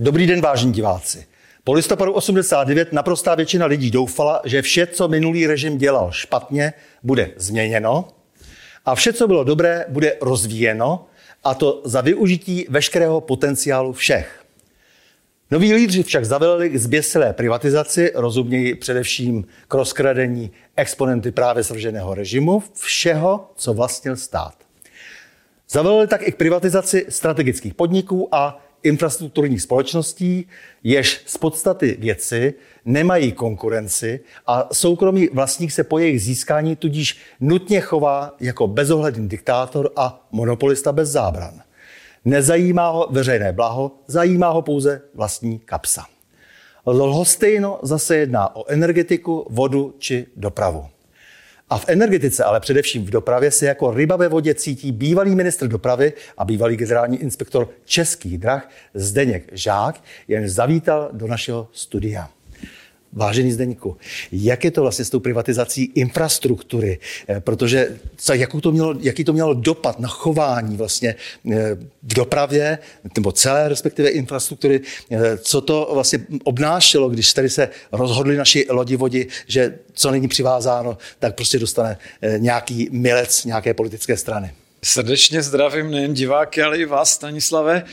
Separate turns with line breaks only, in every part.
Dobrý den, vážení diváci. Po listopadu 89 naprostá většina lidí doufala, že vše, co minulý režim dělal špatně, bude změněno a vše, co bylo dobré, bude rozvíjeno, a to za využití veškerého potenciálu všech. Noví lídři však zaveleli k zběsilé privatizaci, rozumějí především k rozkradení exponenty právě svrženého režimu, všeho, co vlastnil stát. Zaveleli tak i k privatizaci strategických podniků a infrastrukturních společností, jež z podstaty věci nemají konkurenci a soukromý vlastník se po jejich získání tudíž nutně chová jako bezohledný diktátor a monopolista bez zábran. Nezajímá ho veřejné blaho, zajímá ho pouze vlastní kapsa. Lhostejno zase jedná o energetiku, vodu či dopravu. A v energetice, ale především v dopravě, se jako ryba ve vodě cítí bývalý ministr dopravy a bývalý generální inspektor Českých drah Zdeněk Žák, jenž zavítal do našeho studia. Vážený Zdeňku, jak je to vlastně s tou privatizací infrastruktury? Protože jaký to mělo dopad na chování vlastně v dopravě, nebo celé respektive infrastruktury? Co to vlastně obnášelo, když tady se rozhodli naši lodivodi, že co není přivázáno, tak prostě dostane nějaký milec nějaké politické strany?
Srdečně zdravím nejen diváky, ale i vás, Stanislave.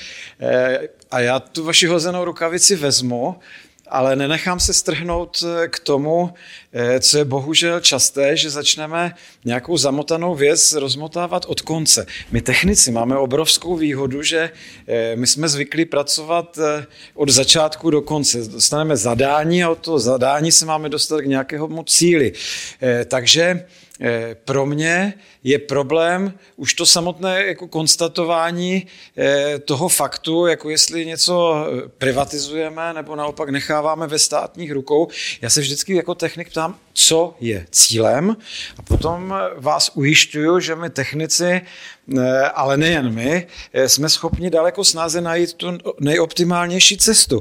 A já tu vaši hozenou rukavici vezmu, ale nenechám se strhnout k tomu, co je bohužel časté, že začneme nějakou zamotanou věc rozmotávat od konce. My technici máme obrovskou výhodu, že my jsme zvyklí pracovat od začátku do konce. Dostaneme zadání a od toho zadání se máme dostat k nějakému cíli. Takže pro mě je problém už to samotné jako konstatování toho faktu, jako jestli něco privatizujeme nebo naopak necháváme ve státních rukou. Já se vždycky jako technik ptám, co je cílem, a potom vás ujišťuju, že my technici, ale nejen my, jsme schopni daleko snáze najít tu nejoptimálnější cestu.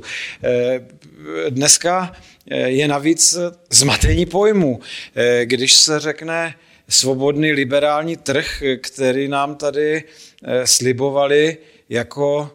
Dneska je navíc zmatení pojmu. Když se řekne svobodný liberální trh, který nám tady slibovali jako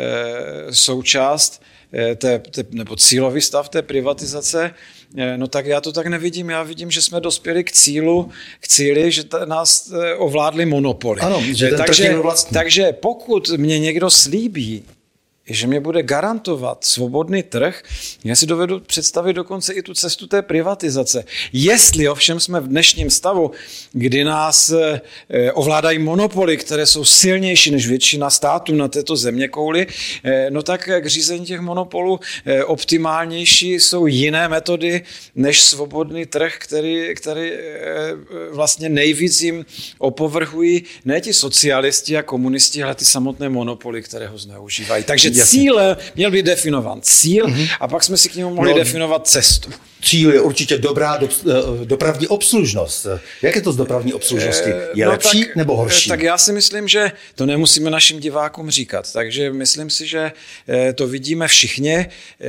součást nebo cílový stav té privatizace, no tak já to tak nevidím. Já vidím, že jsme dospěli k cíli, že nás ovládly monopoly.
Ano, že
takže pokud mě někdo slíbí, že mě bude garantovat svobodný trh, já si dovedu představit dokonce i tu cestu té privatizace. Jestli ovšem jsme v dnešním stavu, kdy nás ovládají monopoly, které jsou silnější než většina států na této zeměkouli, no tak k řízení těch monopolů optimálnější jsou jiné metody než svobodný trh, který vlastně nejvíc jim opovrhují ne ti socialisti a komunisti, ale ty samotné monopoly, které ho zneužívají. Takže cíl měl být definován. A pak jsme si k němu mohli definovat cestu.
Cíl je určitě dobrá dopravní obslužnost. Jak je to s dopravní obslužností? Je lepší nebo horší?
Tak já si myslím, že to nemusíme našim divákům říkat. Takže myslím si, že to vidíme všichni.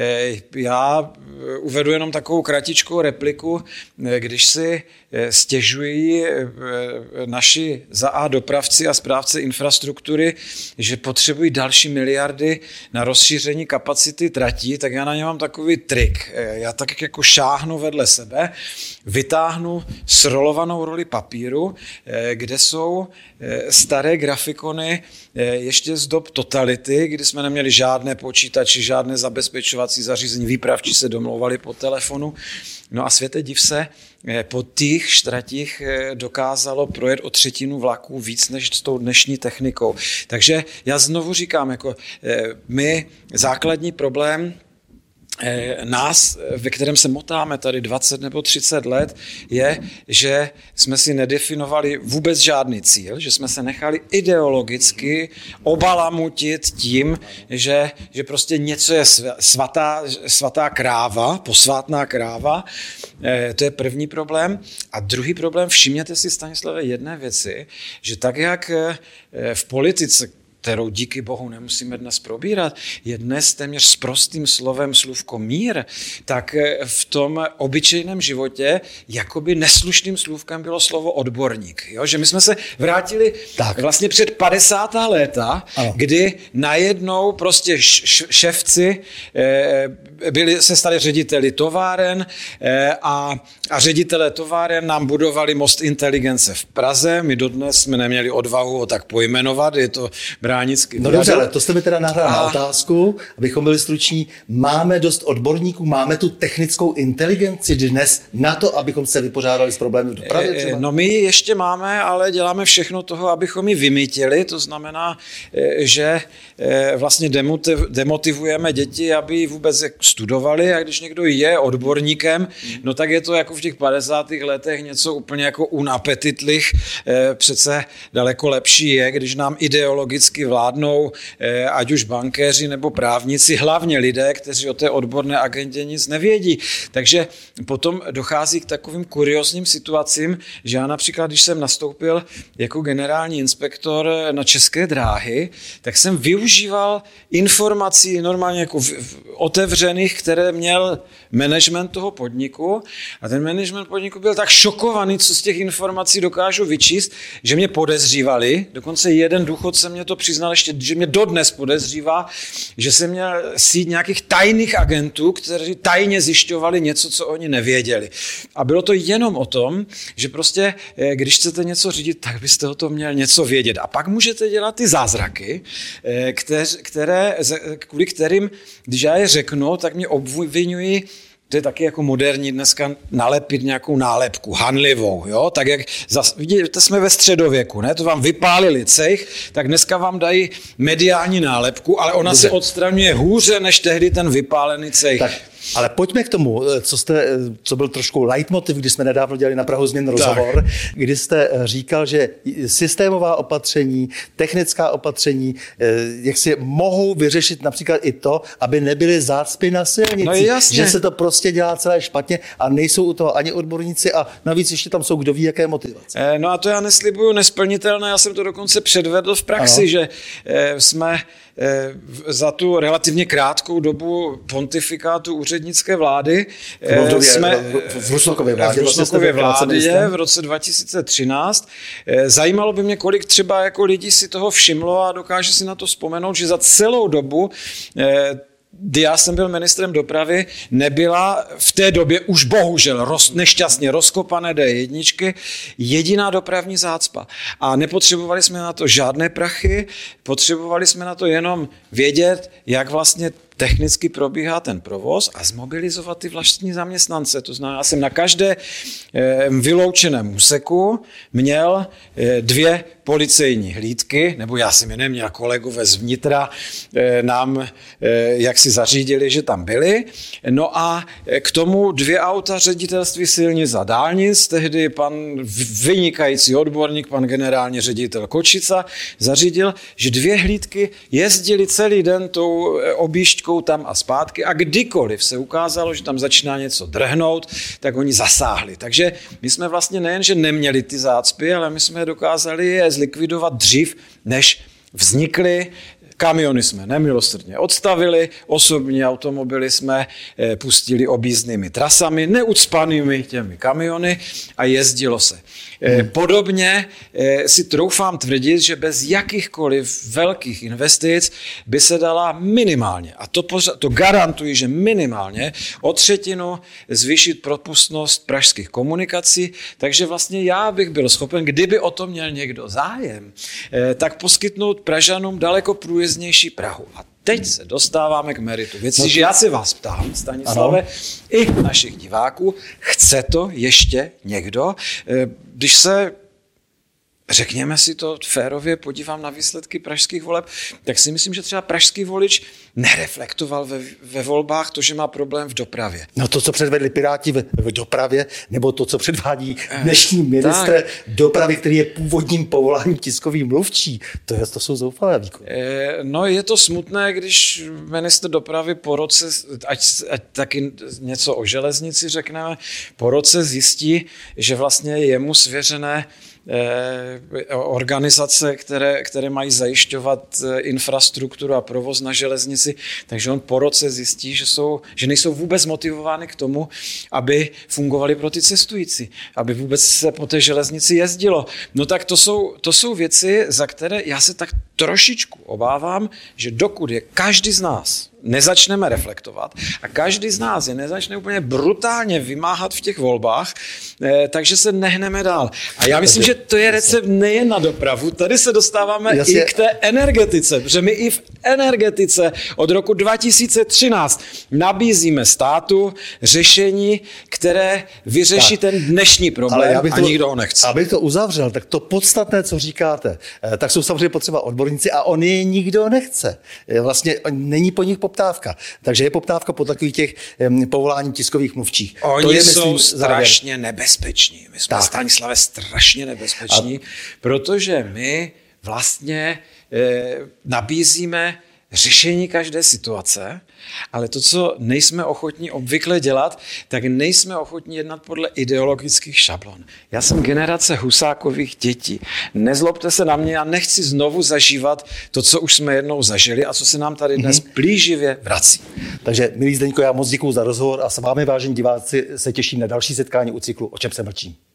Já uvedu jenom takovou kratičkou repliku, když si stěžují naši dopravci a správci infrastruktury, že potřebují další miliardy na rozšíření kapacity tratí, tak já na ně mám takový trik. Já tak jako šáhnu vedle sebe, vytáhnu srolovanou roli papíru, kde jsou staré grafikony ještě z dob totality, kdy jsme neměli žádné počítače, žádné zabezpečovací zařízení, výpravčí se domlouvali po telefonu. No a světe div se, po těch štratích dokázalo projet o třetinu vlaků víc než s tou dnešní technikou. Takže já znovu říkám, jako my základní problém nás, ve kterém se motáme tady 20 nebo 30 let, je, že jsme si nedefinovali vůbec žádný cíl, že jsme se nechali ideologicky obalamutit tím, že prostě něco je svatá kráva, posvátná kráva. To je první problém. A druhý problém, všimněte si, Stanislave, jedné věci, že tak, jak v politice kterou díky bohu nemusíme dnes probírat, je dnes téměř s prostým slovem slůvko mír, tak v tom obyčejném životě jakoby neslušným slůvkem bylo slovo odborník. Jo? Že my jsme se vrátili vlastně před 50. léta, kdy najednou prostě ševci se stali řediteli továren a ředitelé továren nám budovali most inteligence v Praze. My dodnes jsme neměli odvahu ho tak pojmenovat, je to bránický.
No dobře, ale to jste mi teda nahrál na otázku, abychom byli struční. Máme dost odborníků, máme tu technickou inteligenci dnes na to, abychom se vypořádali s problémy v dopravě třeba?
No my ji ještě máme, ale děláme všechno toho, abychom ji vymítili. To znamená, že vlastně demotivujeme děti, aby vůbec studovali, a když někdo je odborníkem, no tak je to jako v těch 50. letech něco úplně jako unapetitlich. Přece daleko lepší je, když nám ideologicky vládnou ať už bankéři nebo právníci, hlavně lidé, kteří o té odborné agendě nic nevědí. Takže potom dochází k takovým kuriózním situacím, že já například, když jsem nastoupil jako generální inspektor na České dráhy, tak jsem využíval informací normálně jako otevřených, které měl management toho podniku, a ten management podniku byl tak šokovaný, co z těch informací dokážu vyčíst, že mě podezřívali, dokonce jeden důchodce mě to přiznal ještě, že mě dodnes podezřívá, že jsem měl síť nějakých tajných agentů, kteří tajně zjišťovali něco, co oni nevěděli. A bylo to jenom o tom, že prostě, když chcete něco řídit, tak byste o tom měl něco vědět. A pak můžete dělat ty zázraky, kvůli kterým, když já je řeknu, tak mě obvinují. To je taky jako moderní dneska nalepit nějakou nálepku, hanlivou, jo? Tak jak vidíte, jsme ve středověku, ne? To vám vypálili cejch, tak dneska vám dají mediální nálepku, ale ona se odstraňuje hůře, než tehdy ten vypálený cejch.
Tak, ale pojďme k tomu, co byl trošku leitmotiv, když jsme nedávno dělali na Prahu změn rozhovor, kdy jste říkal, že systémová opatření, technická opatření, jak si mohou vyřešit například i to, aby nebyly zácpy na silnici.
No
že se to prostě dělá celé špatně a nejsou u toho ani odborníci a navíc ještě tam jsou kdo ví, jaké motivace.
No a to já neslibuju nesplnitelné, já jsem to dokonce předvedl v praxi, že jsme za tu relativně krátkou dobu pontifikátu úřednické vlády
v Rusnokově vládě
v roce 2013. Zajímalo by mě, kolik třeba jako lidí si toho všimlo a dokáže si na to vzpomenout, že za celou dobu, kdy já jsem byl ministrem dopravy, nebyla v té době už bohužel nešťastně rozkopané D1 jediná dopravní zácpa. A nepotřebovali jsme na to žádné prachy, potřebovali jsme na to jenom vědět, jak vlastně technicky probíhá ten provoz a zmobilizovat ty vlastní zaměstnance. To znamená, já jsem na každé vyloučeném úseku měl 2 policejní hlídky, nebo já jsem je neměl, kolegové z vnitra nám jak si zařídili, že tam byli. No a k tomu 2 auta ředitelství silnic a dálnic, tehdy pan vynikající odborník, pan generální ředitel Kočica, zařídil, že 2 hlídky jezdili celý den tou objížďkou tam a zpátky a kdykoliv se ukázalo, že tam začíná něco drhnout, tak oni zasáhli. Takže my jsme vlastně nejen, že neměli ty zácpy, ale my jsme dokázali je zlikvidovat dřív, než vznikly. Kamiony jsme nemilosrdně odstavili, osobní automobily jsme pustili objízdnými trasami, neucpanými těmi kamiony a jezdilo se. Podobně si troufám tvrdit, že bez jakýchkoliv velkých investic by se dala minimálně, a to garantuji, že minimálně o 1/3 zvýšit propustnost pražských komunikací, takže vlastně já bych byl schopen, kdyby o to měl někdo zájem, tak poskytnout Pražanům daleko průjezdnější Prahu. A teď se dostáváme k meritu věci, že já se vás ptám, Stanislave, i našich diváků, chce to ještě někdo? Když se, řekněme si to férově, podívám na výsledky pražských voleb, tak si myslím, že třeba pražský volič nereflektoval ve volbách to, že má problém v dopravě.
No to, co předvedli Piráti v dopravě, nebo to, co předvádí dnešní ministr dopravy, který je původním povoláním tiskový mluvčí, to jsou zoufalé výkony.
No je to smutné, když ministr dopravy po roce, ať taky něco o železnici řekneme, po roce zjistí, že vlastně je jemu svěřené organizace, které mají zajišťovat infrastrukturu a provoz na železnici, takže on po roce zjistí, že nejsou vůbec motivovány k tomu, aby fungovali pro ty cestující, aby vůbec se po té železnici jezdilo. No tak to jsou věci, za které já se tak trošičku obávám, že dokud je každý z nás nezačneme reflektovat a každý z nás je nezačne úplně brutálně vymáhat v těch volbách, takže se nehneme dál. A já myslím, že to je recept nejen na dopravu, tady se dostáváme i k té energetice, protože my i v energetice od roku 2013 nabízíme státu řešení, které vyřeší ten dnešní problém a nikdo ho nechce.
Abych to uzavřel, tak to podstatné, co říkáte, tak jsou samozřejmě potřeba odborníci a on je nikdo nechce. Vlastně není po nich poptávka. Takže je poptávka po takových těch povolání tiskových mluvčích.
Oni jsou strašně nebezpeční. My jsme Stanislave strašně nebezpeční, protože my vlastně nabízíme řešení každé situace, ale to, co nejsme ochotní obvykle dělat, tak nejsme ochotní jednat podle ideologických šablon. Já jsem generace Husákových dětí. Nezlobte se na mě, já nechci znovu zažívat to, co už jsme jednou zažili a co se nám tady dnes plíživě vrací.
Takže, milý Zdeňko, já moc děkuju za rozhovor a s vámi, vážení diváci, se těším na další setkání u cyklu O čem se mlčí.